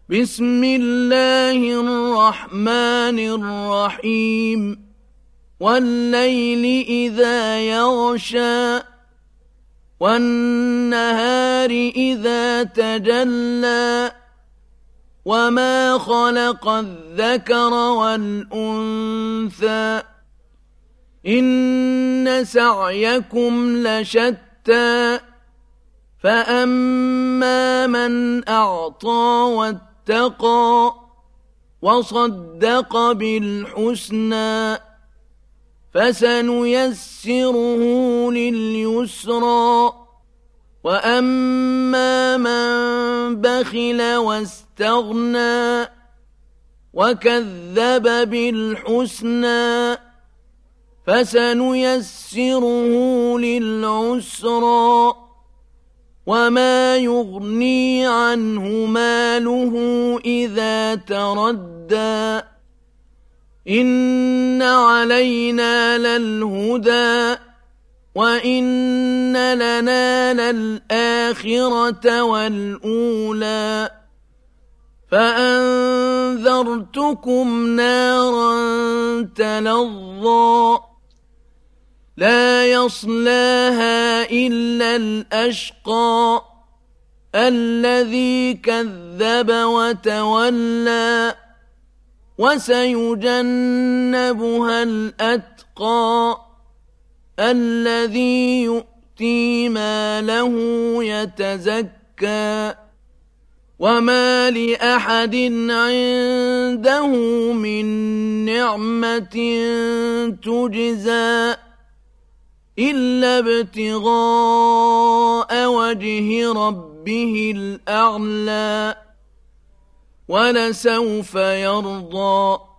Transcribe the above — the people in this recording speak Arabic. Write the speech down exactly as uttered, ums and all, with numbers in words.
بسم الله الرحمن الرحيم والليل إذا يغشى والنهار إذا تجلى وما خلق الذكر والأنثى إن سعيكم لشتى فأما من أعطى واتقى وصدق بالحسنى فسنيسره لليسرى وأما من بخل واستغنى وكذب بالحسنى فسنيسره للعسرى وما يغني عنه ماله إذا تردى إن علينا للهدى وإن لنا للآخرة والأولى فأنذرتكم نارا تلظى لا يصلاها إلا الأشقى الذي كذب وتولى وسيجنبها الأتقى الذي يؤتي ماله يتزكى وما لأحد عنده من نعمة تجزى إلا ابتغاء وجه ربه الأعلى ولسوف يرضى